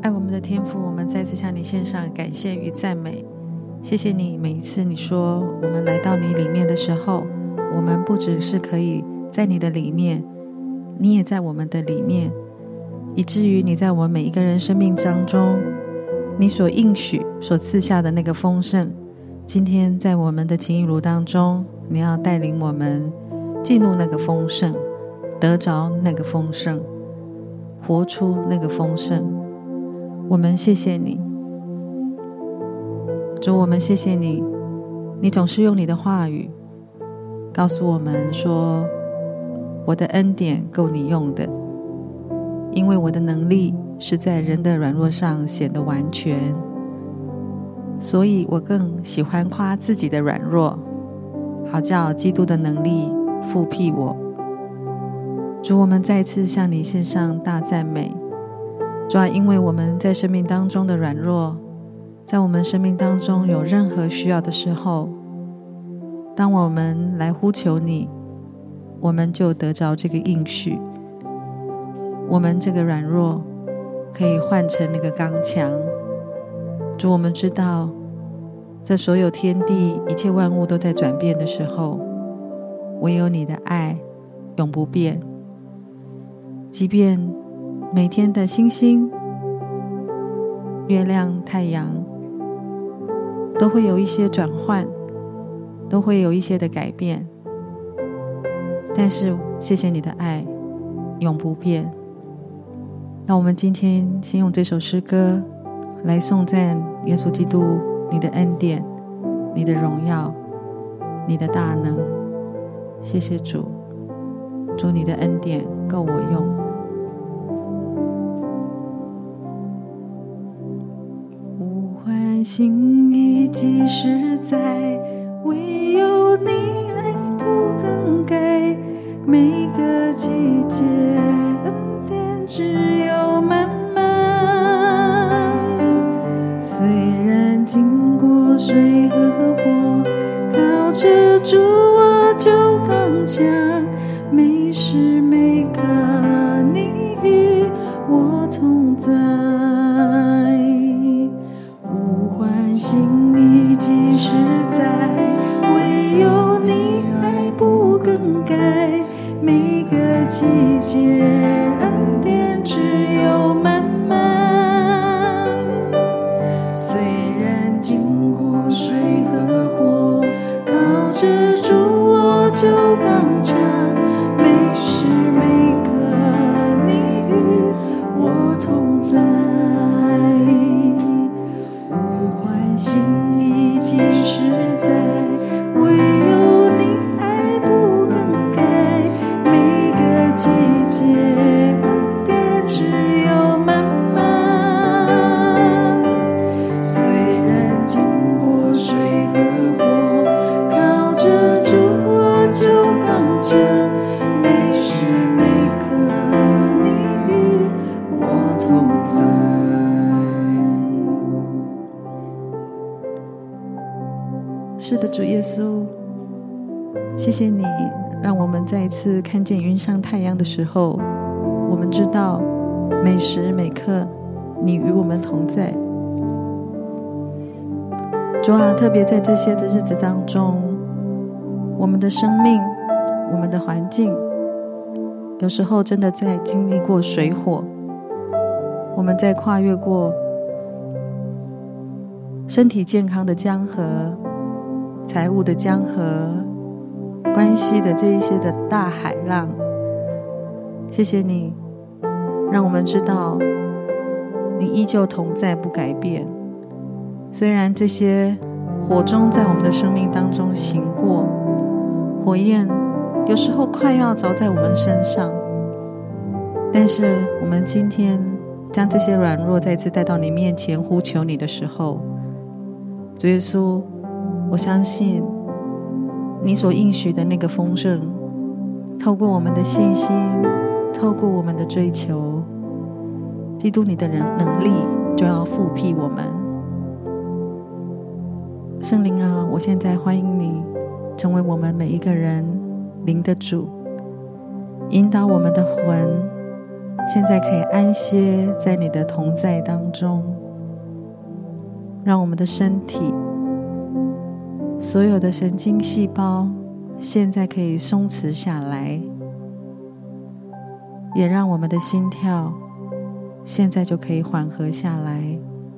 爱我们的天父，我们再次向你献上感谢与赞美。谢谢你，每一次你说我们来到你里面的时候，我们不只是可以在你的里面，你也在我们的里面，以至于你在我们每一个人生命当中，你所应许所赐下的那个丰盛，今天在我们的情义炉当中，你要带领我们进入那个丰盛，得着那个丰盛，活出那个丰盛。我们谢谢你，主，我们谢谢你，你总是用你的话语告诉我们说，我的恩典够你用的，因为我的能力是在人的软弱上显得完全，所以我更喜欢夸自己的软弱，好叫基督的能力复辟我。主，我们再次向你献上大赞美。主啊，因为我们在生命当中的软弱，在我们生命当中有任何需要的时候，当我们来呼求你，我们就得着这个应许，我们这个软弱可以换成那个刚强。主，我们知道这所有天地一切万物都在转变的时候，唯有你的爱永不变。即便每天的星星、月亮、太阳都会有一些转换，都会有一些的改变，但是谢谢你的爱永不变。那我们今天先用这首诗歌来颂赞耶稣基督，你的恩典，你的荣耀，你的大能。谢谢主，主，你的恩典够我用。心意即实在，唯有你爱不更改，每个季节恩典只有满满。虽然经过水和火，靠着主我就刚强，每时每刻你与我同在。心意即实在，唯有你爱不更改，每个季节恩典只有满满。虽然经过水和火，靠着主我就刚强，每时每刻你与我同在。心意即实在，唯有你爱不更改，每个季节恩典只有满满。虽然经过水和火，靠着主我就刚强，每时每刻你与我同在。是的，主耶稣，谢谢你让我们再一次看见云上太阳的时候，我们知道每时每刻你与我们同在。主啊，特别在这些的日子当中，我们的生命，我们的环境，有时候真的在经历过水火，我们在跨越过身体健康的江河，财务的江河，关系的这一些的大海浪。谢谢你让我们知道你依旧同在不改变，虽然这些火中在我们的生命当中行过，火焰有时候快要着在我们身上，但是我们今天将这些软弱再次带到你面前呼求你的时候，主耶稣，我相信你所应许的那个丰盛，透过我们的信心，透过我们的追求，基督你的能力就要复辟我们。圣灵啊，我现在欢迎你成为我们每一个人灵的主，引导我们的魂现在可以安歇在你的同在当中，让我们的身体所有的神经细胞现在可以松弛下来，也让我们的心跳现在就可以缓和下来。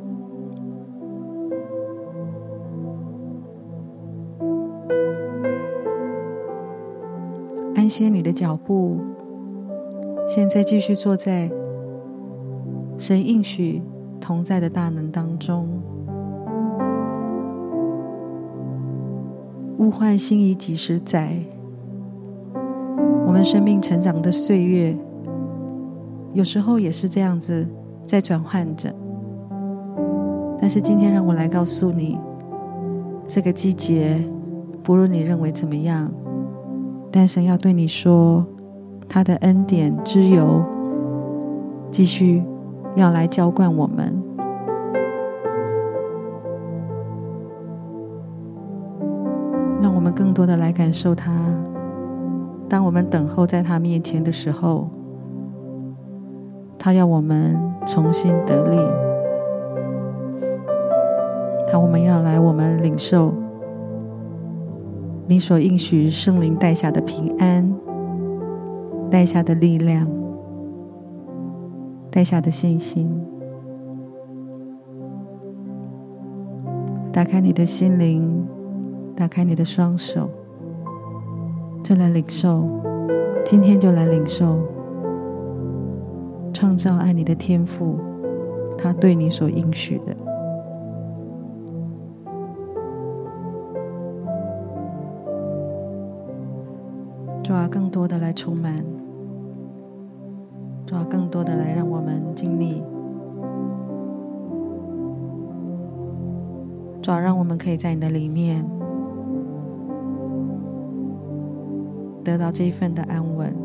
安歇你的脚步，现在继续坐在神应许同在的大能当中。物换星移几十载，我们生命成长的岁月有时候也是这样子在转换着，但是今天让我来告诉你，这个季节不论你认为怎么样，但神要对你说，他的恩典之油继续要来浇灌我们，让我们更多的来感受他。当我们等候在他面前的时候，他要我们重新得力，我们要来，我们领受你所应许圣灵带下的平安，带下的力量，带下的信心。打开你的心灵，打开你的双手，就来领受，今天就来领受创造爱你的天父他对你所应许的。主啊，更多的来充满，主啊，更多的来让我们经历，主啊，让我们可以在你的里面得到这一份的安稳。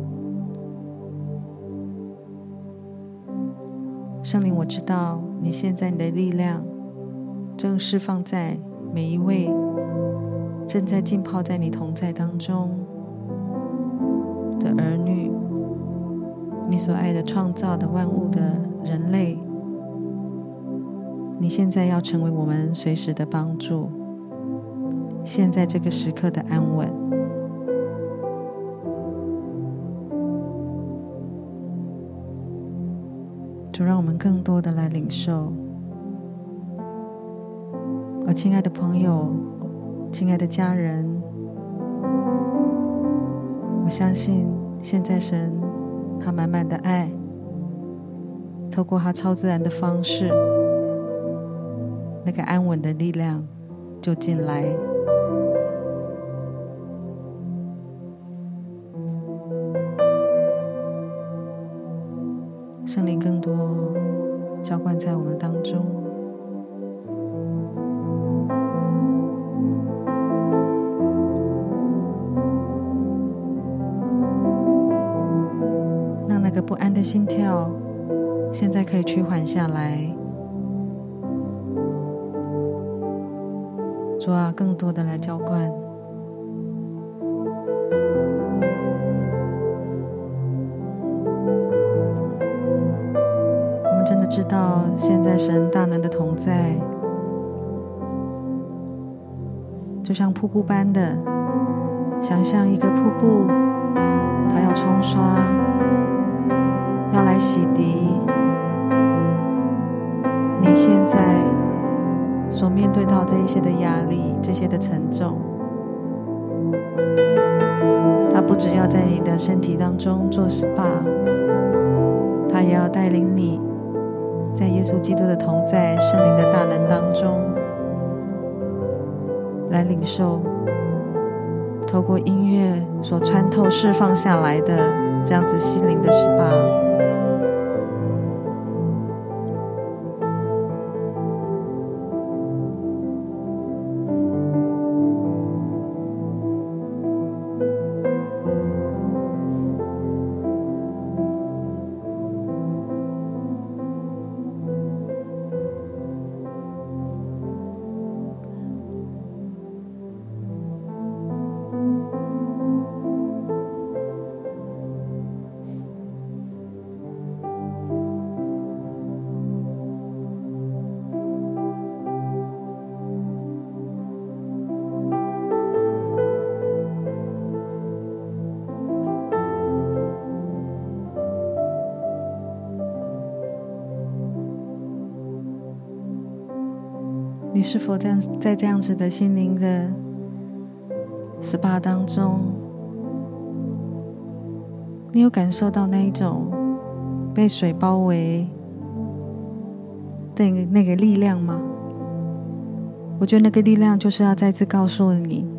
圣灵，我知道你现在你的力量正释放在每一位正在浸泡在你同在当中的儿女，你所爱的创造的万物的人类，你现在要成为我们随时的帮助，现在这个时刻的安稳。主，让我们更多的来领受。我亲爱的朋友，亲爱的家人，我相信现在神他满满的爱，透过他超自然的方式，那个安稳的力量就进来。圣灵更多浇灌在我们当中，让那个不安的心跳现在可以趋缓下来。主啊，更多的来浇灌。真的知道现在神大能的同在，就像瀑布般的，想象一个瀑布，它要冲刷，要来洗涤你现在所面对到这一些的压力，这些的沉重。它不只要在你的身体当中做 SPA， 它也要带领你在耶稣基督的同在、圣灵的大能当中来领受，透过音乐所穿透释放下来的这样子心灵的SPA。 你是否在这样子的心灵的 SPA 当中，你有感受到那一种被水包围的那个力量吗？我觉得那个力量就是要再次告诉你，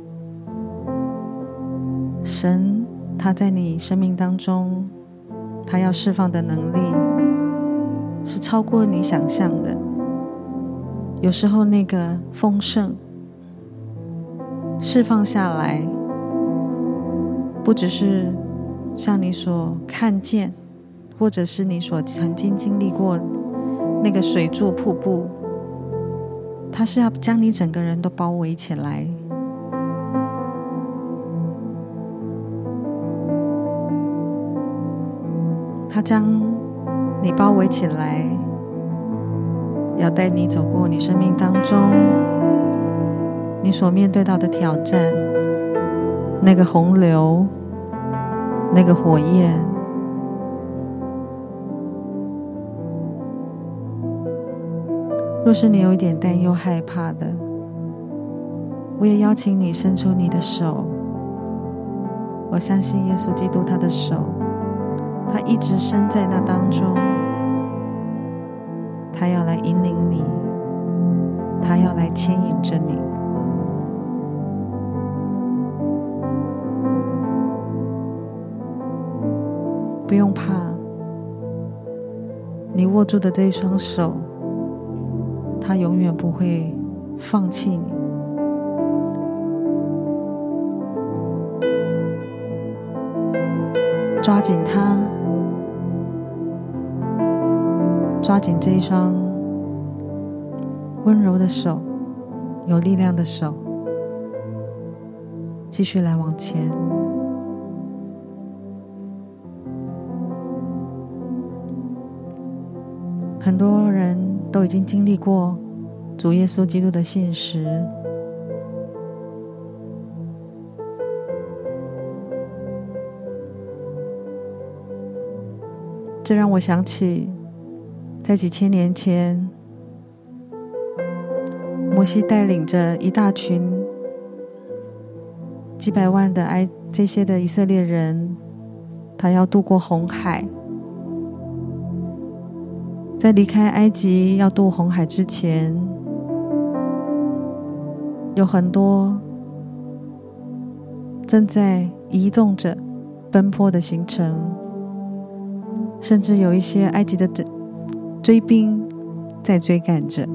神他在你生命当中，他要释放的能力是超过你想象的。有时候那个丰盛释放下来，不只是像你所看见，或者是你所曾经经历过那个水柱瀑布，它是要将你整个人都包围起来。它将你包围起来，要带你走过你生命当中你所面对到的挑战，那个洪流，那个火焰。若是你有一点担忧害怕的，我也邀请你伸出你的手。我相信耶稣基督他的手，他一直伸在那当中，他要来引领你，他要来牵引着你。不用怕，你握住的这一双手，他永远不会放弃你。抓紧它，抓紧这一双温柔的手，有力量的手，继续来往前。很多人都已经经历过主耶稣基督的信实，这让我想起在几千年前，摩西带领着一大群几百万的这些的以色列人，他要渡过红海。在离开埃及要渡红海之前，有很多正在移动着奔波的行程，甚至有一些埃及的追兵在追赶着。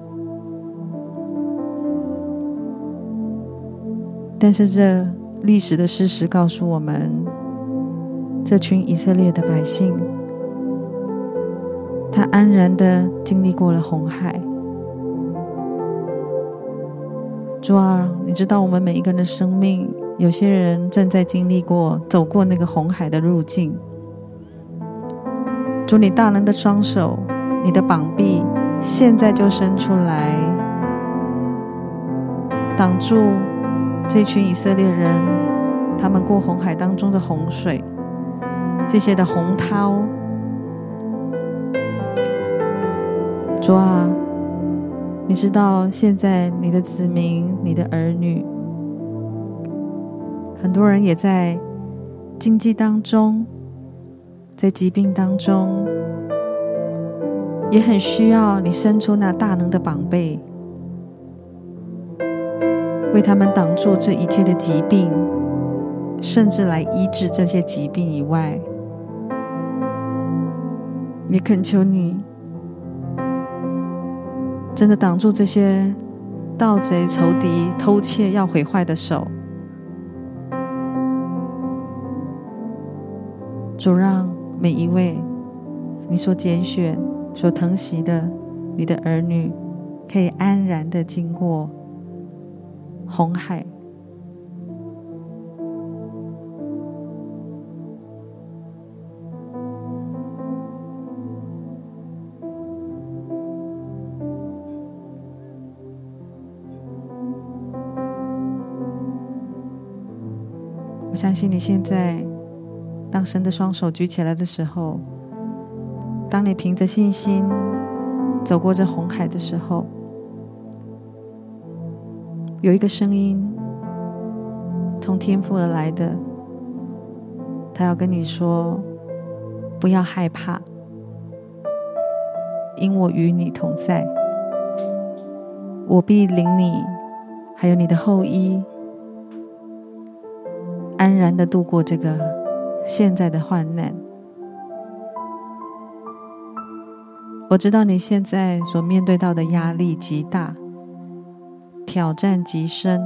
但是这历史的事实告诉我们，这群以色列的百姓，他安然地经历过了红海。主啊，你知道我们每一个人的生命，有些人正在经历过走过那个红海的路径。主，你大能的双手，你的膀臂现在就伸出来，挡住这群以色列人他们过红海当中的洪水，这些的洪涛。主啊，你知道现在你的子民，你的儿女，很多人也在经济当中，在疾病当中，也很需要你伸出那大能的膀臂，为他们挡住这一切的疾病，甚至来医治这些疾病以外，也恳求你真的挡住这些盗贼仇敌偷窃要毁坏的手。主，让每一位你所拣选所疼惜的你的儿女，可以安然地经过红海。我相信你现在，当神的双手举起来的时候，当你凭着信心走过这红海的时候， 有一个声音从天父而来的，他要跟你说，不要害怕，因我与你同在，我必领你还有你的后裔安然地度过这个现在的患难。我知道你现在所面对到的压力极大，挑战极深，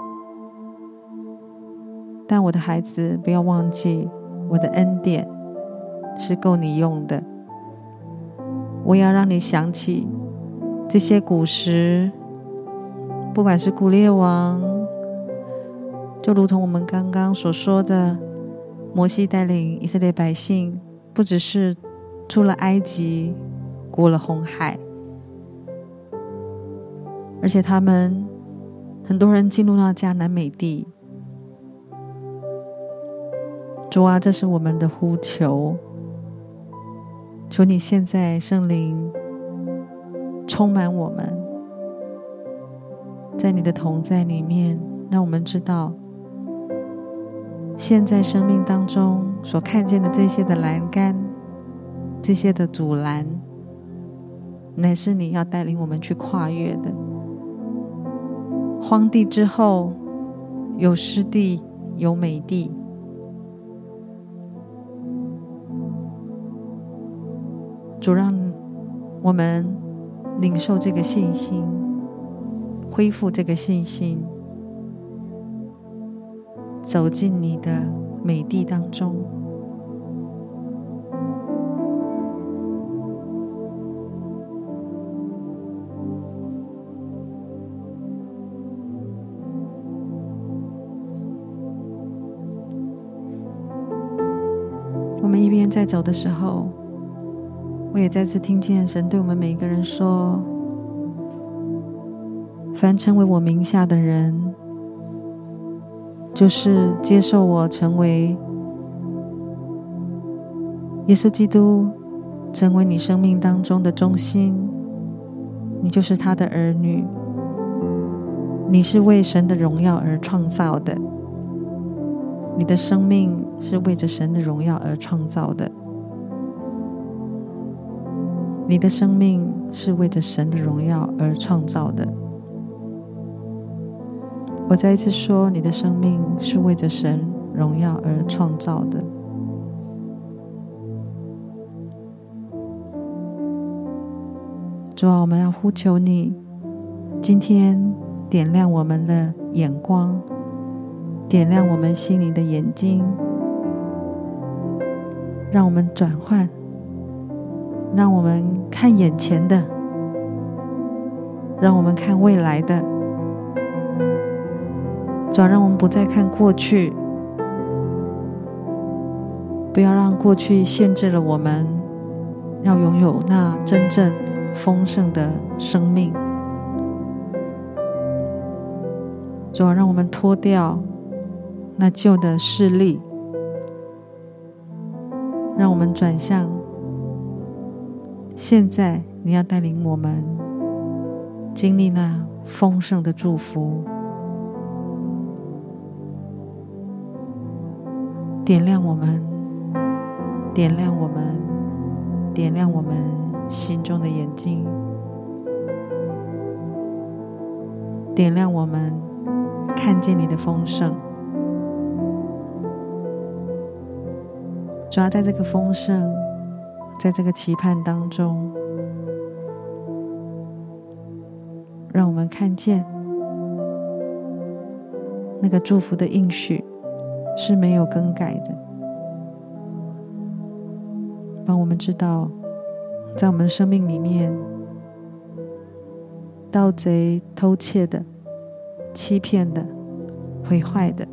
但我的孩子，不要忘记，我的恩典是够你用的。我要让你想起这些古时，不管是古列王，就如同我们刚刚所说的，摩西带领以色列百姓，不只是出了埃及，过了红海，而且他们很多人进入到迦南美地。主啊，这是我们的呼求，求你现在圣灵充满我们，在你的同在里面，让我们知道现在生命当中所看见的这些的栏杆，这些的阻拦，乃是你要带领我们去跨越的。荒地之后有湿地，有美地。主，让我们领受这个信心，恢复这个信心，走进你的美地当中。我们一边在走的时候，我也再次听见神对我们每一个人说，凡成为我名下的人，就是接受我成为耶稣基督，成为你生命当中的中心，你就是他的儿女，你是为神的荣耀而创造的，你的生命是为着神的荣耀而创造的，你的生命是为着神的荣耀而创造的。我再一次说，你的生命是为着神荣耀而创造的。主啊，我们要呼求你，今天点亮我们的眼光，点亮我们心灵的眼睛，让我们转换，让我们看眼前的，让我们看未来的。主啊，让我们不再看过去，不要让过去限制了我们要拥有那真正丰盛的生命。主啊，让我们脱掉那旧的势力，让我们转向现在你要带领我们经历那丰盛的祝福。点亮我们，点亮我们，点亮我们心中的眼睛，点亮我们看见你的丰盛。主要在这个丰盛，在这个期盼当中，让我们看见那个祝福的应许是没有更改的，让我们知道，在我们生命里面，盗贼偷窃的、欺骗的、毁坏的，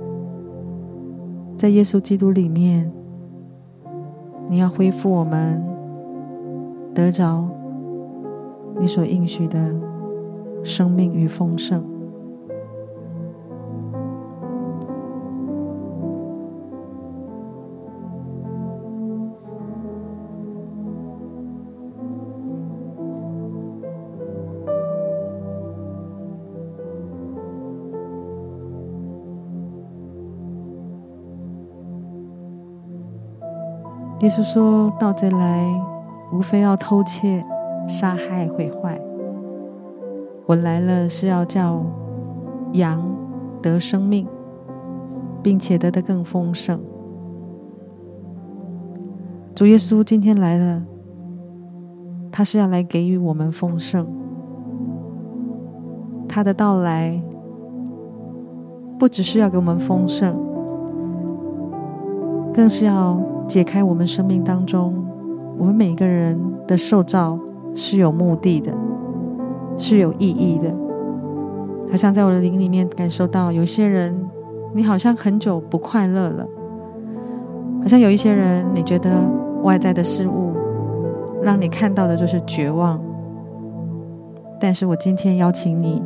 在耶稣基督里面，你要恢复我们得着你所应许的生命与丰盛。 耶稣说，盗贼来无非要偷窃、杀害、毁坏，我来了是要叫羊得生命，并且得更丰盛。主耶稣今天来了，他是要来给予我们丰盛。他的到来不只是要给我们丰盛，更是要解开我们生命当中我们每一个人的受造是有目的的，是有意义的。好像在我的灵里面感受到，有些人你好像很久不快乐了，好像有一些人你觉得外在的事物让你看到的就是绝望。但是我今天邀请你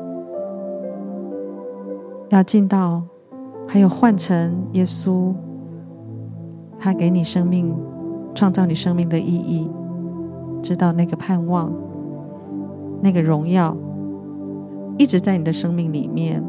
要进到还有换成耶稣他给你生命，创造你生命的意义，知道那个盼望，那个荣耀一直在你的生命里面。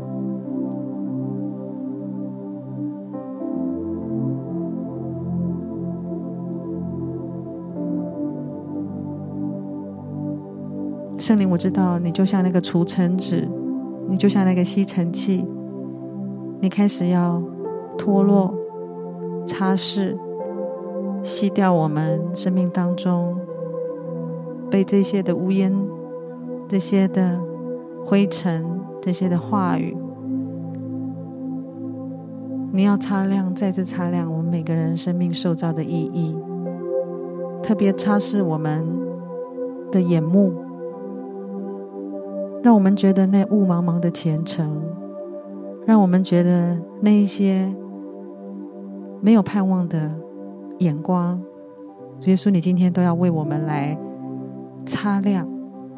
圣灵，我知道你就像那个除尘纸，你就像那个吸尘器，你开始要脱落、擦拭、吸掉我们生命当中被这些的污烟、这些的灰尘、这些的话语，你要擦亮，再次擦亮我们每个人生命受造的意义，特别擦拭我们的眼目，让我们觉得那雾茫茫的前程，让我们觉得那一些没有盼望的眼光，耶稣你今天都要为我们来擦亮。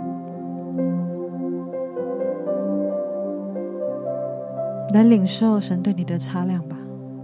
来领受神对你的擦亮吧。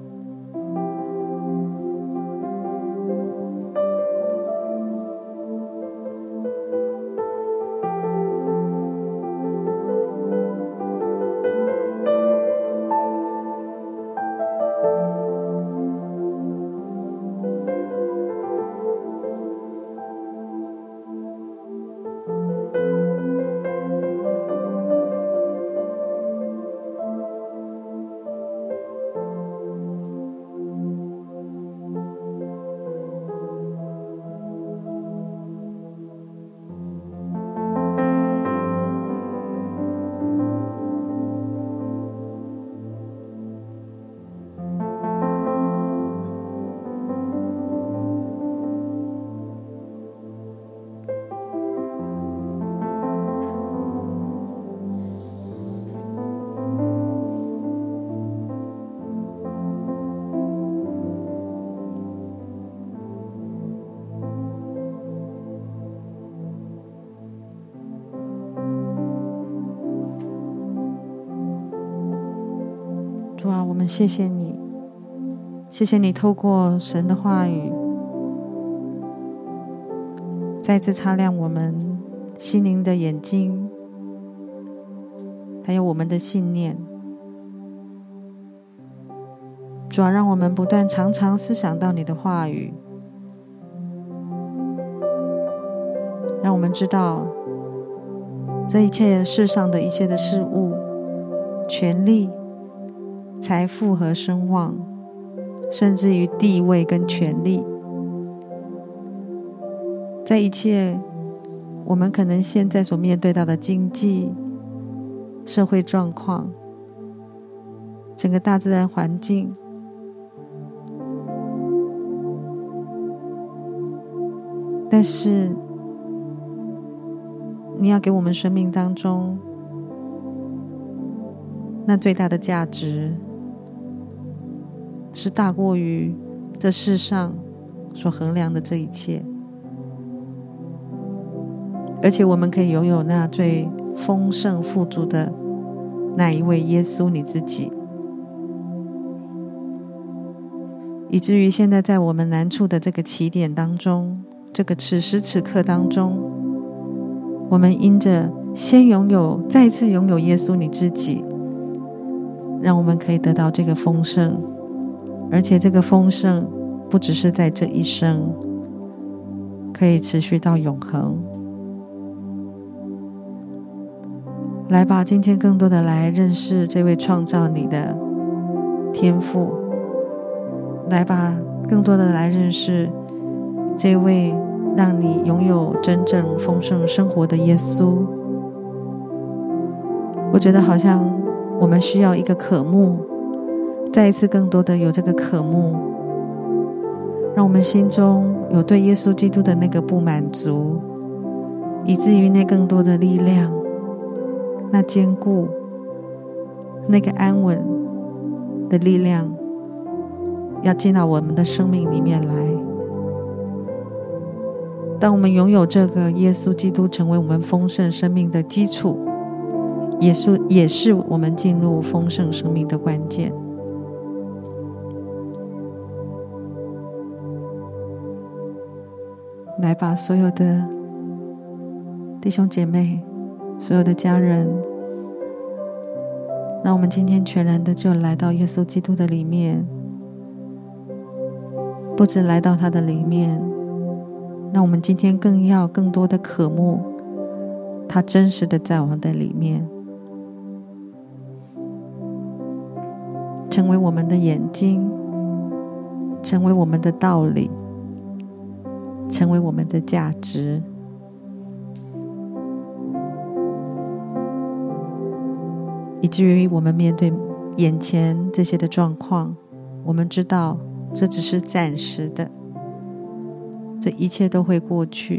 主啊，我们谢谢你，谢谢你透过神的话语再次擦亮我们心灵的眼睛，还有我们的信念。主啊，让我们不断常常思想到你的话语，让我们知道这一切世上的一切的事物、权力、财富和声望，甚至于地位跟权力，在一切我们可能现在所面对到的经济、社会状况、整个大自然环境，但是你要给我们生命当中那最大的价值，是大过于这世上所衡量的这一切，而且我们可以拥有那最丰盛富足的那一位耶稣你自己，以至于现在在我们难处的这个起点当中，这个此时此刻当中，我们因着先拥有，再次拥有耶稣你自己，让我们可以得到这个丰盛，而且这个丰盛不只是在这一生，可以持续到永恒。来吧，今天更多的来认识这位创造你的天父，来吧，更多的来认识这位让你拥有真正丰盛生活的耶稣。我觉得好像我们需要一个渴慕，再一次更多的有这个渴慕，让我们心中有对耶稣基督的那个不满足，以至于那更多的力量，那坚固，那个安稳的力量要进到我们的生命里面来。当我们拥有这个耶稣基督成为我们丰盛生命的基础，也是我们进入丰盛生命的关键。来吧，所有的弟兄姐妹，所有的家人，让我们今天全然的就来到耶稣基督的里面，不止来到他的里面，那我们今天更要更多的渴慕他真实的在我们的里面，成为我们的眼睛，成为我们的道理，成为我们的价值。以至于我们面对眼前这些的状况，我们知道这只是暂时的，这一切都会过去。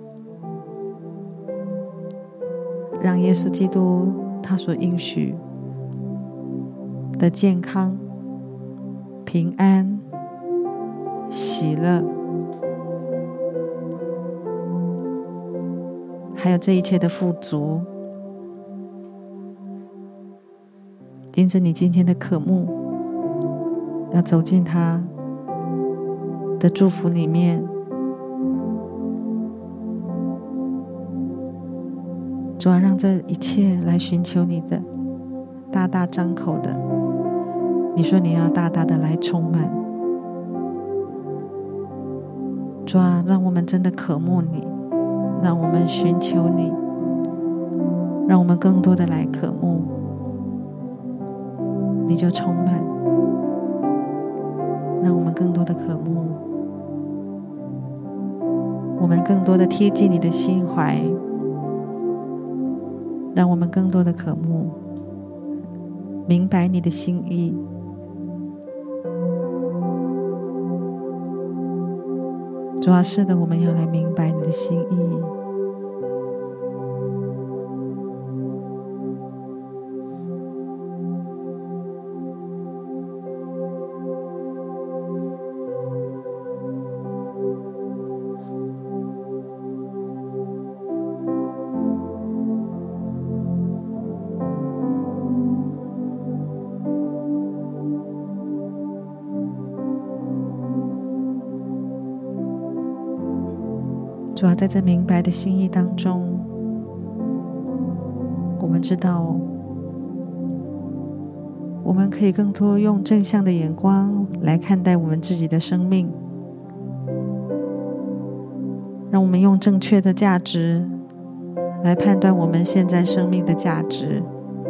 让耶稣基督他所应许的健康、平安、喜乐，还有这一切的富足，因着你今天的渴慕，要走进他的祝福里面。主要让这一切来寻求你的，大大张口的，你说你要大大的来充满。主啊，让我们真的渴慕你，让我们寻求你，让我们更多的来渴慕，你就充满，让我们更多的渴慕，我们更多的贴近你的心怀，让我们更多的渴慕，明白你的心意。主啊，是的，我们要来明白你的心意。主要在这明白的心意当中，我们知道我们可以更多用正向的眼光来看待我们自己的生命，让我们用正确的价值来判断我们现在生命的价值，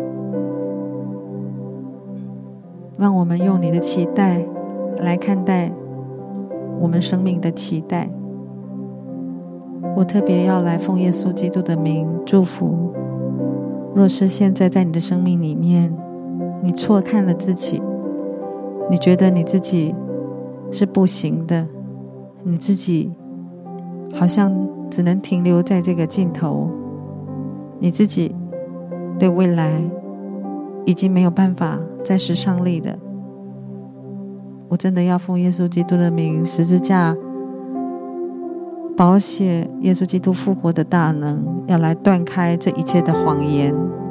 让我们用你的期待来看待我们生命的期待。我特别要来奉耶稣基督的名祝福，若是现在在你的生命里面，你错看了自己，你觉得你自己是不行的，你自己好像只能停留在这个尽头，你自己对未来已经没有办法再使上力的，我真的要奉耶稣基督的名，十字架宝血，耶稣基督复活的大能，要来断开这一切的谎言，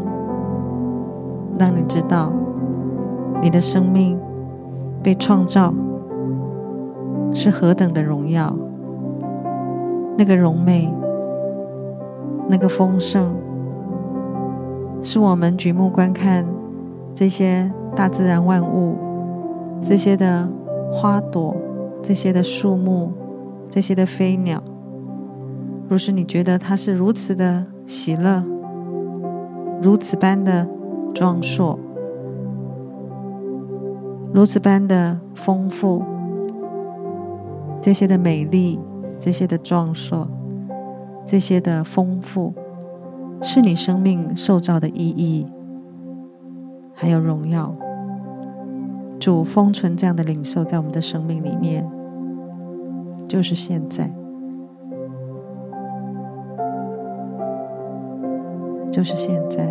让你知道你的生命被创造是何等的荣耀，那个荣美，那个丰盛，是我们举目观看这些大自然万物，这些的花朵， 这些的树木，这些的飞鸟，若是你觉得它是如此的喜乐，如此般的壮硕，如此般的丰富，这些的美丽，这些的壮硕，这些的丰富，是你生命受造的意义还有荣耀。主封存这样的领受在我们的生命里面，就是现在，就是现在，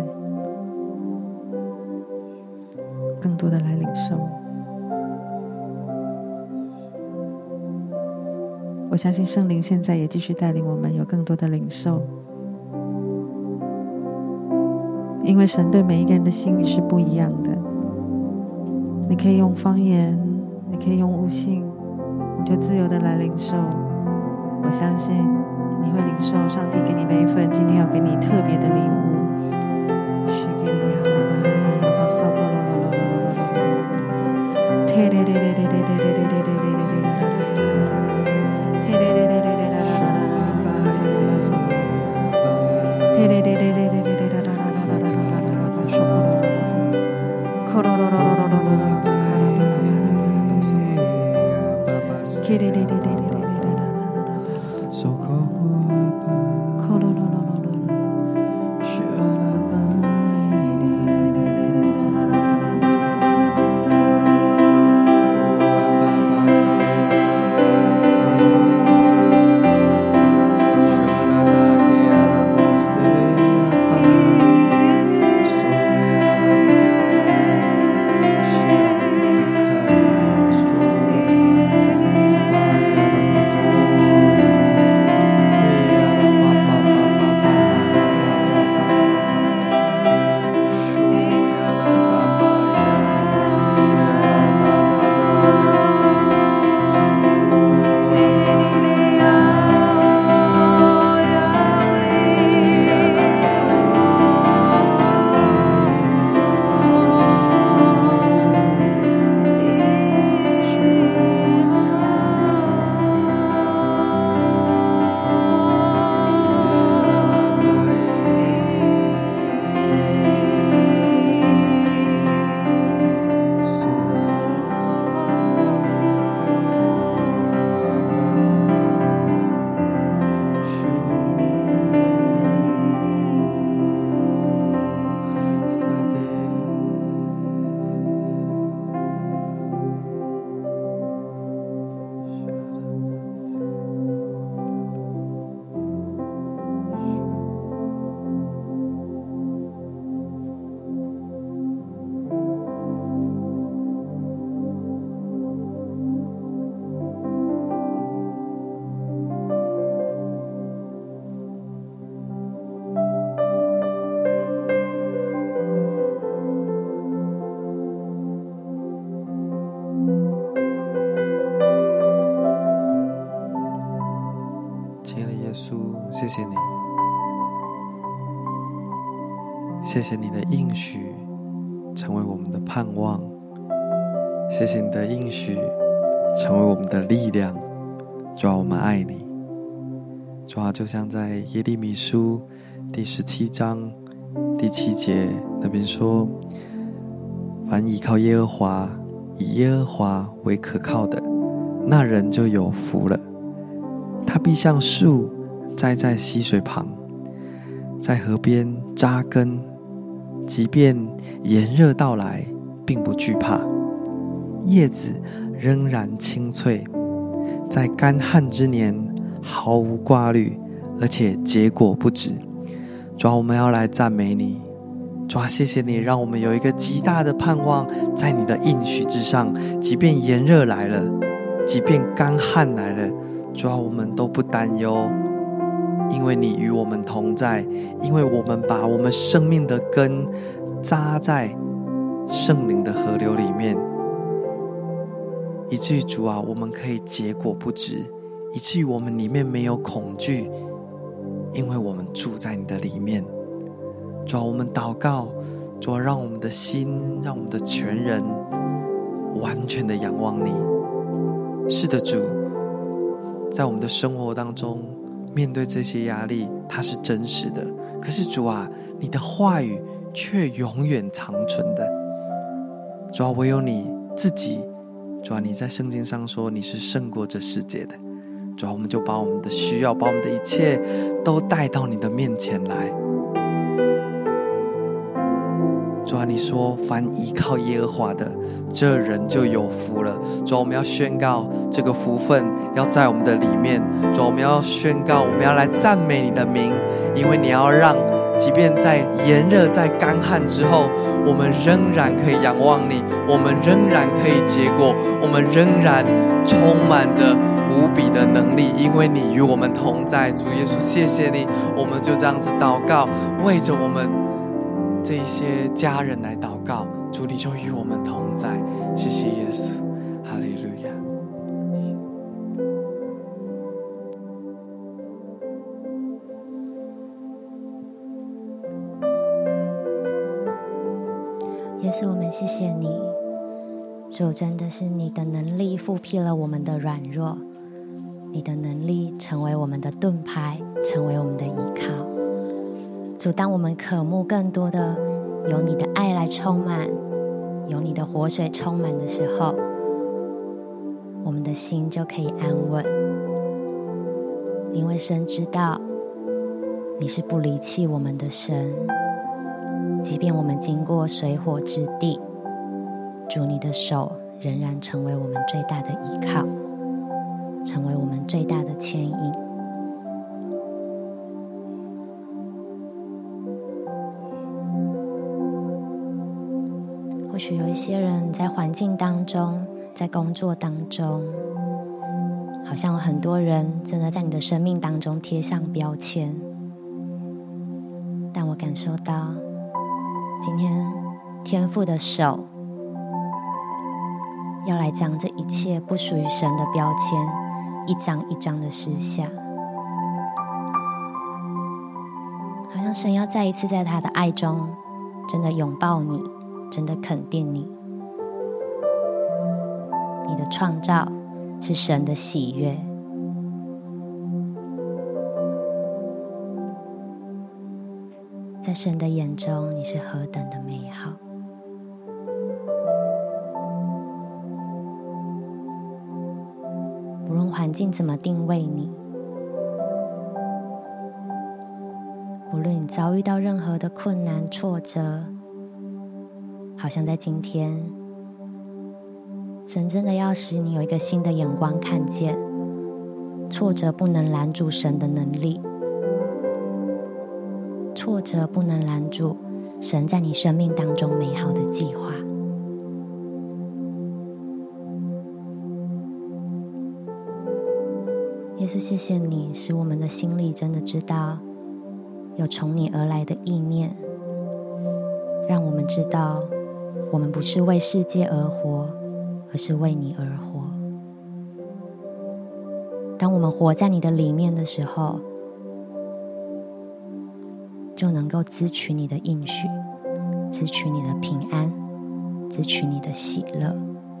更多的来领受。我相信圣灵现在也继续带领我们有更多的领受，因为神对每一个人的心意是不一样的。你可以用方言，你可以用悟性，你就自由的来领受。我相信你会领受上帝给你那一份今天要给你特别的礼物。 谢谢你，谢谢你的应许成为我们的盼望，谢谢你的应许成为我们的力量。主啊，我们爱你。主啊，就像在耶利米书第17章第7节那边说，凡依靠耶和华，以耶和华为可靠的，那人就有福了。他必像树栽在溪水旁，在河边扎根，即便炎热到来，并不惧怕，叶子仍然青翠，在干旱之年毫无挂虑，而且结果不止。主啊，我们要来赞美你。主啊，谢谢你让我们有一个极大的盼望在你的应许之上，即便炎热来了，即便干旱来了，主啊，我们都不担忧，因为你与我们同在，因为我们把我们生命的根扎在圣灵的河流里面，以至于主啊，我们可以结果不止，以至于我们里面没有恐惧，因为我们住在你的里面。主啊，我们祷告，主啊，让我们的心，让我们的全人完全的仰望你。 是的，主，在我们的生活当中面对这些压力，它是真实的。可是主啊，你的话语却永远长存的。主啊，唯有你自己，主啊，你在圣经上说你是胜过这世界的。主啊，我们就把我们的需要，把我们的一切都带到你的面前来。主啊，你说凡依靠耶和华的，这人就有福了。主啊，我们要宣告这个福分要在我们的里面。主啊，我们要宣告，我们要来赞美你的名，因为你要让即便在炎热在干旱之后，我们仍然可以仰望你，我们仍然可以结果，我们仍然充满着无比的能力，因为你与我们同在。主耶稣，谢谢你。我们就这样子祷告，为着我们这一些家人来祷告。主，你就与我们同在。谢谢耶稣，哈利路亚。 耶稣，我们谢谢你。主，真的是你的能力复辟了我们的软弱，你的能力成为我们的盾牌，成为我们的依靠。主，当我们渴慕更多的有你的爱来充满，有你的活水充满的时候，我们的心就可以安稳，因为神知道你是不离弃我们的神。即便我们经过水火之地，主，你的手仍然成为我们最大的依靠，成为我们最大的牵引。或许有一些人在环境当中，在工作当中，好像有很多人真的在你的生命当中贴上标签，但我感受到今天天父的手要来将这一切不属于神的标签一张一张的撕下，好像神要再一次在他的爱中真的拥抱你，真的肯定你。你的创造是神的喜悦，在神的眼中你是何等的美好。无论环境怎么定位你，无论你遭遇到任何的困难挫折，好像在今天神真的要使你有一个新的眼光，看见挫折不能拦住神的能力，挫折不能拦住神在你生命当中美好的计划。耶稣，谢谢你使我们的心里真的知道有从你而来的意念，让我们知道我们不是为世界而活，而是为你而活。当我们活在你的里面的时候，就能够支取你的应许，支取你的平安，支取你的喜乐。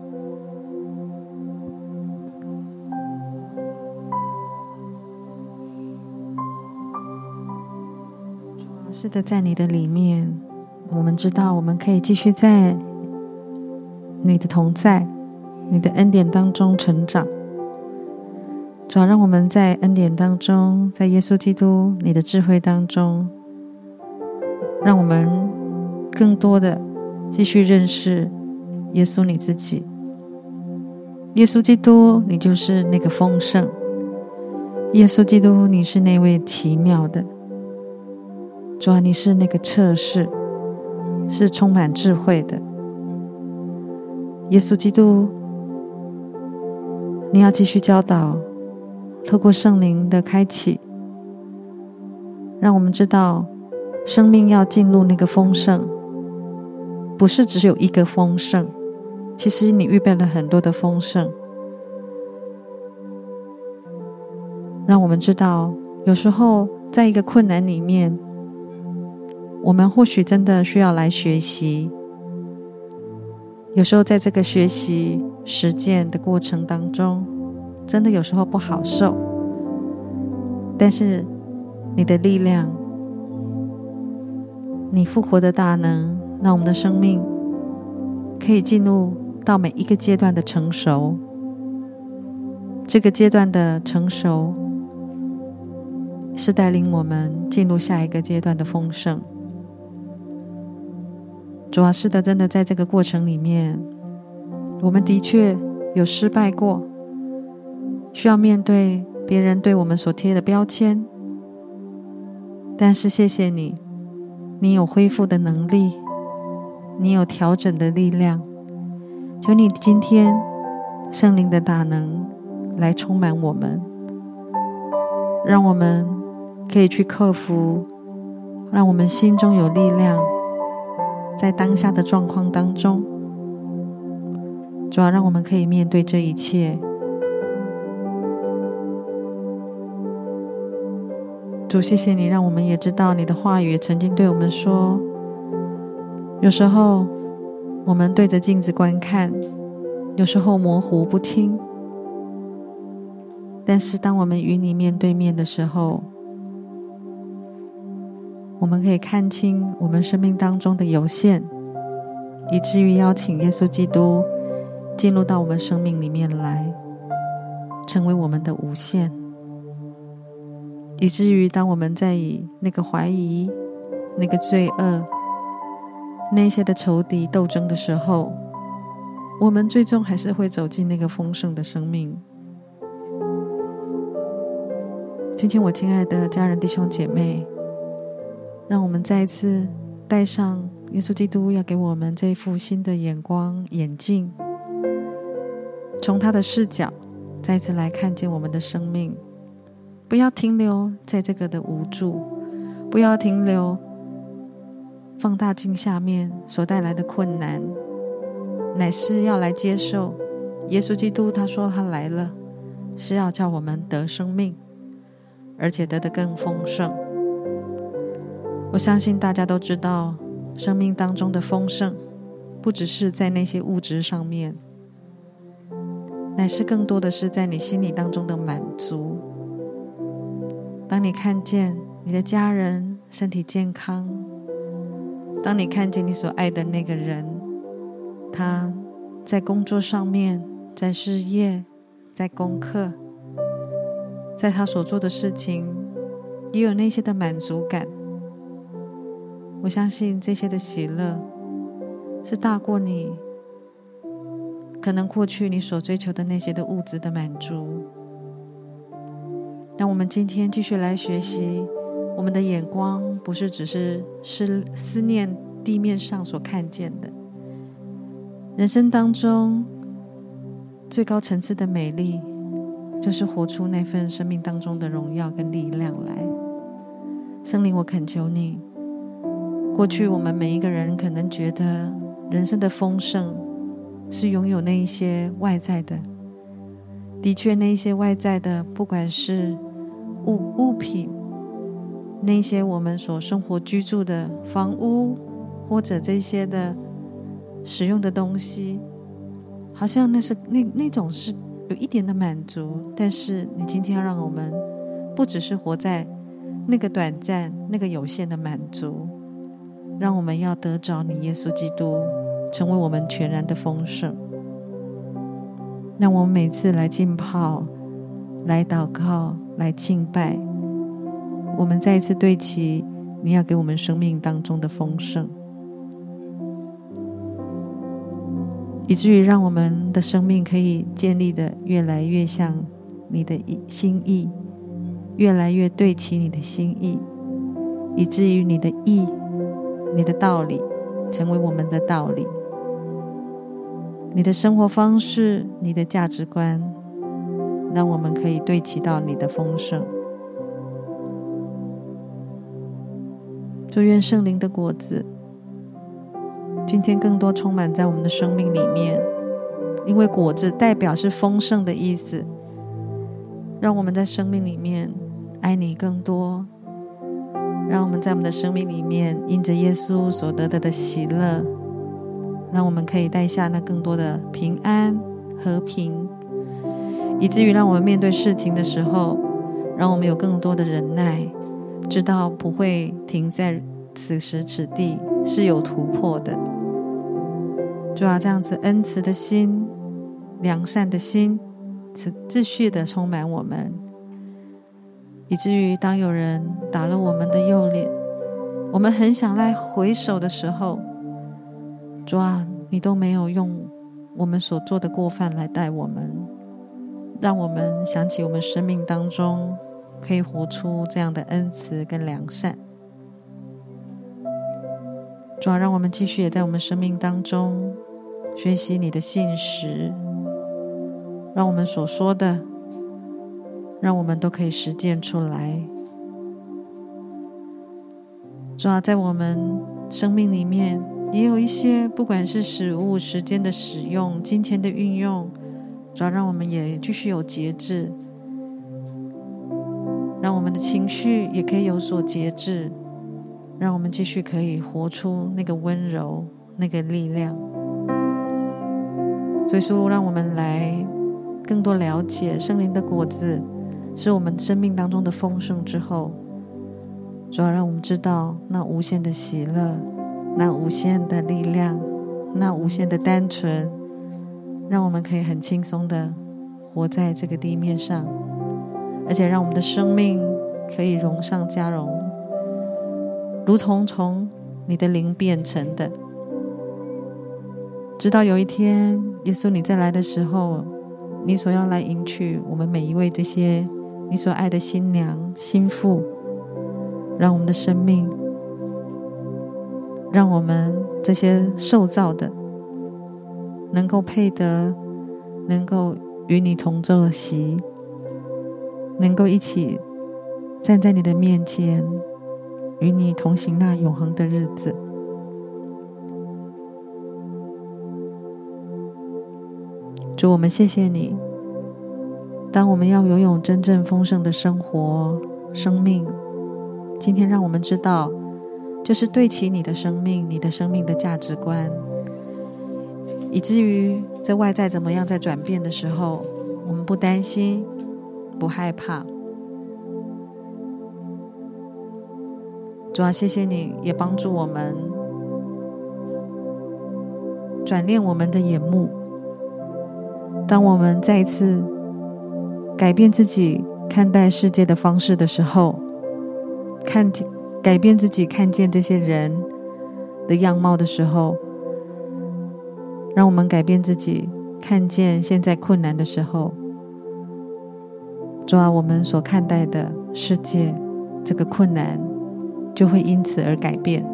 是的，在你的里面，我们知道我们可以继续在你的同在，你的恩典当中成长。主要让我们在恩典当中，在耶稣基督你的智慧当中，让我们更多的继续认识耶稣你自己。耶稣基督，你就是那个丰盛，耶稣基督，你是那位奇妙的。主啊，你是那个测试，是充满智慧的。耶稣基督，你要继续教导，透过圣灵的开启，让我们知道生命要进入那个丰盛，不是只有一个丰盛，其实你预备了很多的丰盛。让我们知道有时候在一个困难里面，我们或许真的需要来学习，有时候在这个学习实践的过程当中， 真的有时候不好受，但是你的力量，你复活的大能，让我们的生命可以进入到每一个阶段的成熟。这个阶段的成熟是带领我们进入下一个阶段的丰盛。主啊，是的，真的在这个过程里面，我们的确有失败过，需要面对别人对我们所贴的标签，但是谢谢你，你有恢复的能力，你有调整的力量。求你今天圣灵的大能来充满我们，让我们可以去克服，让我们心中有力量，在当下的状况当中，主要让我们可以面对这一切。主，谢谢你，让我们也知道你的话语也曾经对我们说，有时候我们对着镜子观看，有时候模糊不清，但是当我们与你面对面的时候，我们可以看清我们生命当中的有限，以至于邀请耶稣基督进入到我们生命里面来，成为我们的无限。以至于当我们在以那个怀疑、那个罪恶、那些的仇敌斗争的时候，我们最终还是会走进那个丰盛的生命。今天我亲爱的家人弟兄姐妹，让我们再一次带上耶稣基督要给我们这一副新的眼光眼镜，从他的视角再一次来看见我们的生命，不要停留在这个的无助，不要停留放大镜下面所带来的困难，乃是要来接受耶稣基督。他说他来了是要叫我们得生命，而且得得更丰盛。我相信大家都知道，生命当中的丰盛不只是在那些物质上面，乃是更多的是在你心里当中的满足。当你看见你的家人身体健康，当你看见你所爱的那个人，他在工作上面，在事业，在功课，在他所做的事情也有那些的满足感，我相信这些的喜乐是大过你可能过去你所追求的那些的物质的满足。让我们今天继续来学习，我们的眼光不是只是思念地面上所看见的，人生当中最高层次的美丽，就是活出那份生命当中的荣耀跟力量来。圣灵，我恳求你，过去我们每一个人可能觉得人生的丰盛是拥有那一些外在的，的确那一些外在的，不管是物品，那些我们所生活居住的房屋，或者这些的使用的东西，好像那种是有一点的满足。但是你今天要让我们不只是活在那个短暂那个有限的满足，让我们要得着你耶稣基督，成为我们全然的丰盛。让我们每次来浸泡，来祷告，来敬拜，我们再一次对齐你要给我们生命当中的丰盛，以至于让我们的生命可以建立的越来越像你的心意，越来越对齐你的心意，以至于你的意，你的道理成为我们的道理，你的生活方式，你的价值观，让我们可以对齐到你的丰盛。祝愿圣灵的果子今天更多充满在我们的生命里面，因为果子代表是丰盛的意思，让我们在生命里面爱你更多，让我们在我们的生命里面因着耶稣所得的喜乐，让我们可以带下那更多的平安和平， 以至于让我们面对事情的时候，让我们有更多的忍耐，知道不会停在此时此地，是有突破的。主啊，这样子恩慈的心、良善的心秩序的充满我们，以至于当有人打了我们的右脸，我们很想来回首的时候，主啊，你都没有用我们所做的过犯来待我们，让我们想起我们生命当中可以活出这样的恩慈跟良善。主啊，让我们继续也在我们生命当中学习你的信实，让我们所说的，让我们都可以实践出来。主啊，在我们生命里面也有一些，不管是食物、时间的使用、金钱的运用，主啊，让我们也继续有节制，让我们的情绪也可以有所节制，让我们继续可以活出那个温柔、那个力量。所以说，让我们来更多了解圣灵的果子是我们生命当中的丰盛之后，主要让我们知道那无限的喜乐，那无限的力量，那无限的单纯，让我们可以很轻松的活在这个地面上，而且让我们的生命可以荣上加荣，如同从你的灵变成的。直到有一天耶稣你再来的时候，你所要来迎娶我们每一位这些你所爱的新娘新妇，让我们的生命，让我们这些受造的能够配得，能够与你同坐席，能够一起站在你的面前，与你同行那永恒的日子。主，我们谢谢你，当我们要拥有真正丰盛的生活生命，今天让我们知道，就是对齐你的生命，你的生命的价值观，以至于这外在怎么样在转变的时候，我们不担心，不害怕。主啊，谢谢你也帮助我们转念我们的眼目，当我们再一次改变自己看待世界的方式的时候，改变自己看见这些人的样貌的时候，让我们改变自己看见现在困难的时候，主啊，我们所看待的世界这个困难就会因此而改变。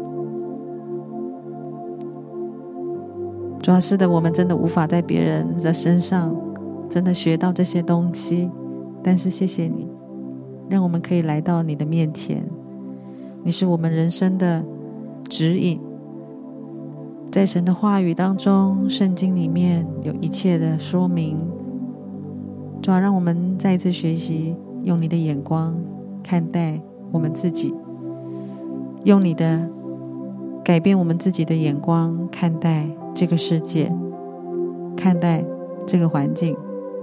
主要是的，我们真的无法在别人的身上真的学到这些东西，但是谢谢你，让我们可以来到你的面前，你是我们人生的指引，在神的话语当中，圣经里面有一切的说明。主要让我们再一次学习用你的眼光看待我们自己，用你的改变我们自己的眼光看待这个世界，看待这个环境。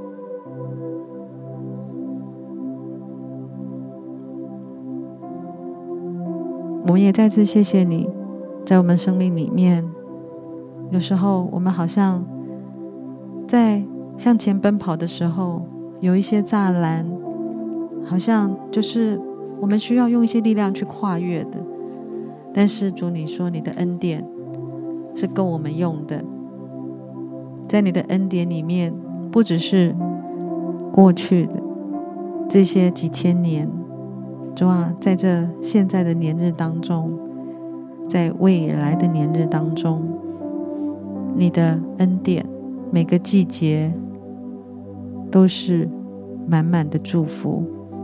我们也再次谢谢你，在我们生命里面，有时候我们好像在向前奔跑的时候，有一些栅栏，好像就是我们需要用一些力量去跨越的。但是主，你说你的恩典是够我们用的，在你的恩典里面，不只是过去的这些几千年，主啊，在这现在的年日当中，在未来的年日当中，你的恩典每个季节都是满满的祝福。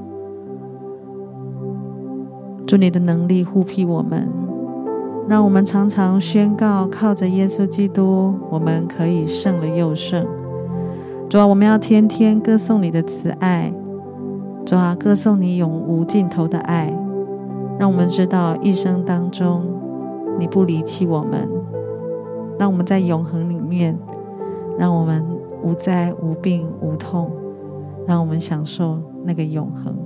主，你的能力护庇我们，让我们常常宣告，靠着耶稣基督，我们可以胜了又胜。主啊，我们要天天歌颂你的慈爱，主啊，歌颂你永无尽头的爱，让我们知道一生当中你不离弃我们，让我们在永恒里面，让我们无灾无病无痛， 让我们享受那个永恒。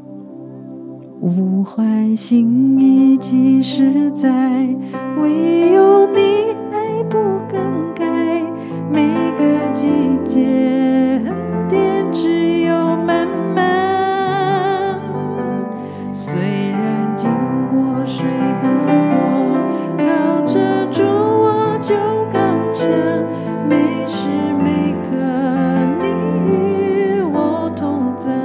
物换星移即实在，唯有你爱不更改。每个季节恩典只有满满。虽然经过水和火，靠着主我就刚强。每时每刻你与我同在，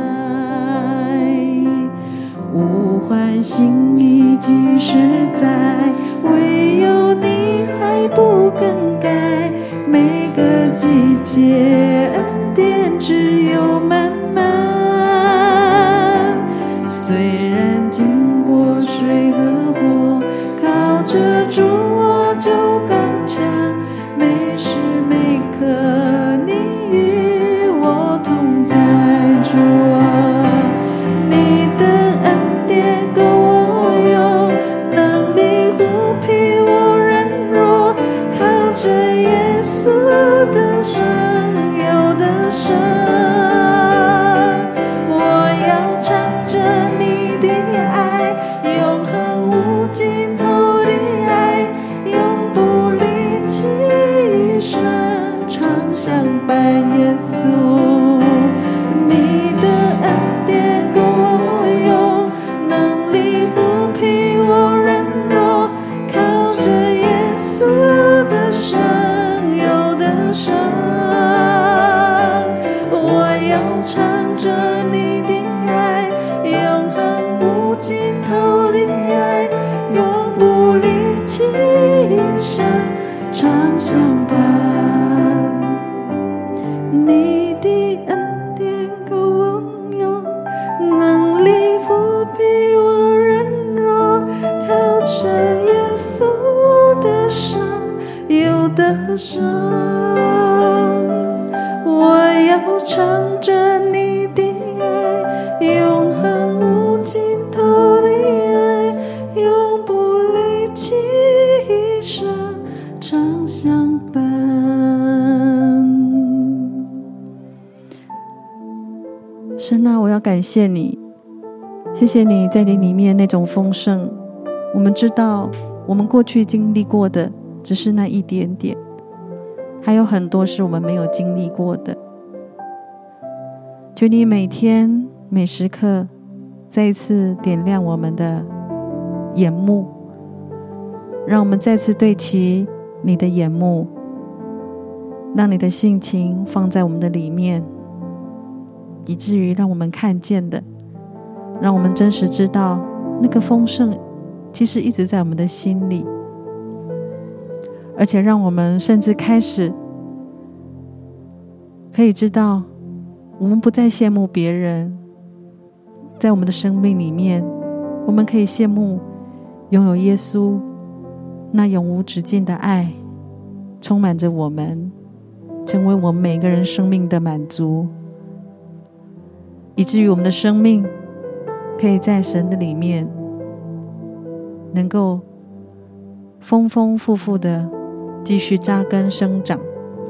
物换星移即实在，唯有你爱不更改。每个季节恩典只有满满。虽然经过水和火，靠着主我就刚强。每时每刻你与我同在，主啊，你的恩典够我用，能力护庇我软弱，靠着耶稣的生有的生。我要唱着你的爱，永恒无尽头的爱，永不离弃，一生常相伴耶稣。你的恩典够我用，能力护庇我软弱，靠着耶稣的生有的生。我要唱着你的爱，永恒无尽头的爱，永不离弃，一生常相伴。你的恩典够我用，能力扶庇我软弱，靠着耶稣的生有的生。我要唱着你的爱，永恒无尽头的爱，永不离弃，一生常相伴。神啊，我要感谢你，谢谢你在你里面那种丰盛。我们知道我们过去经历过的只是那一点点，还有很多是我们没有经历过的。求你每天每时刻再一次点亮我们的眼目，让我们再次对齐你的眼目，让你的性情放在我们的里面，以至于让我们看见的，让我们真实知道那个丰盛其实一直在我们的心里，而且让我们甚至开始可以知道，我们不再羡慕别人，在我们的生命里面，我们可以羡慕拥有耶稣那永无止境的爱，充满着我们，成为我们每个人生命的满足，以至于我们的生命可以在神的里面能够丰丰富富的继续扎根生长。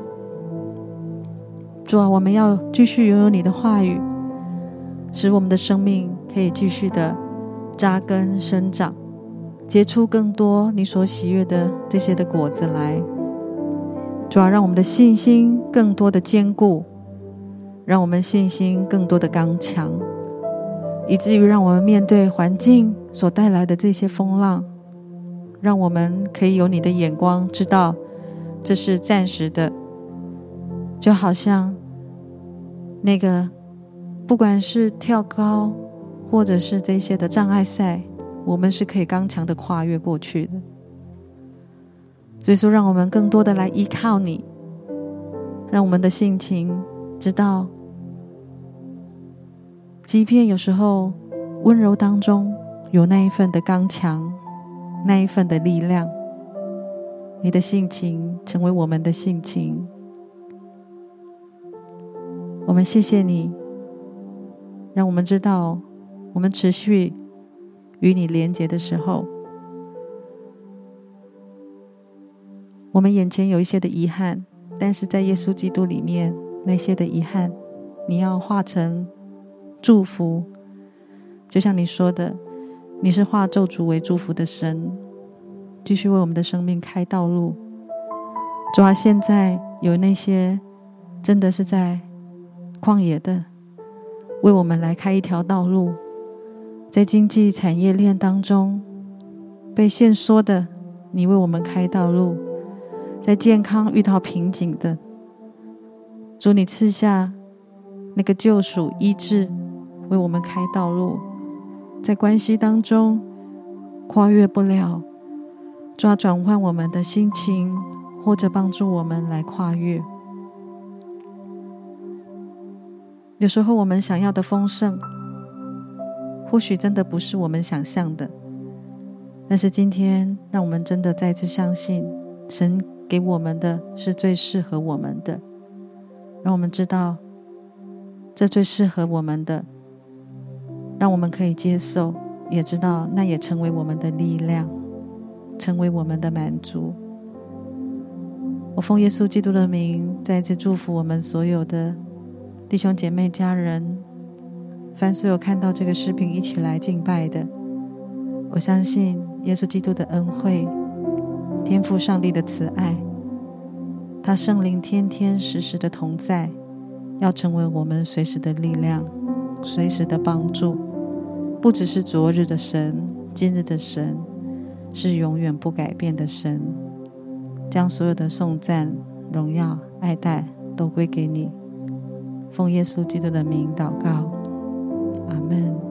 主啊，我们要继续拥有你的话语，使我们的生命可以继续的扎根生长，结出更多你所喜悦的这些的果子来。主啊，让我们的信心更多的坚固，让我们信心更多的刚强，以至于让我们面对环境所带来的这些风浪，让我们可以有你的眼光，知道这是暂时的。就好像那个不管是跳高或者是这些的障碍赛，我们是可以刚强的跨越过去的。所以说，让我们更多的来依靠你，让我们的性情知道，即便有时候温柔当中有那一份的刚强，那一份的力量，你的性情成为我们的性情。我们谢谢你，让我们知道，我们持续与你连结的时候，我们眼前有一些的遗憾，但是在耶稣基督里面，那些的遗憾你要化成祝福，就像你说的，你是化咒诅为祝福的神，继续为我们的生命开道路。主啊，现在有那些真的是在旷野的，为我们来开一条道路，在经济产业链当中被限缩的，你为我们开道路，在健康遇到瓶颈的，主你赐下那个救赎医治，为我们开道路，在关系当中跨越不了，主要转换我们的心情，或者帮助我们来跨越。有时候我们想要的丰盛，或许真的不是我们想象的，但是今天让我们真的再次相信，神给我们的是最适合我们的，让我们知道这最适合我们的，让我们可以接受，也知道那也成为我们的力量，成为我们的满足。我奉耶稣基督的名再一次祝福我们所有的弟兄姐妹家人，凡所有看到这个视频一起来敬拜的，我相信耶稣基督的恩惠，天父上帝的慈爱，他圣灵天天时时的同在，要成为我们随时的力量，随时的帮助。不只是昨日的神，今日的神，是永远不改变的神。将所有的颂赞、荣耀、爱戴都归给你。奉耶稣基督的名祷告，阿们。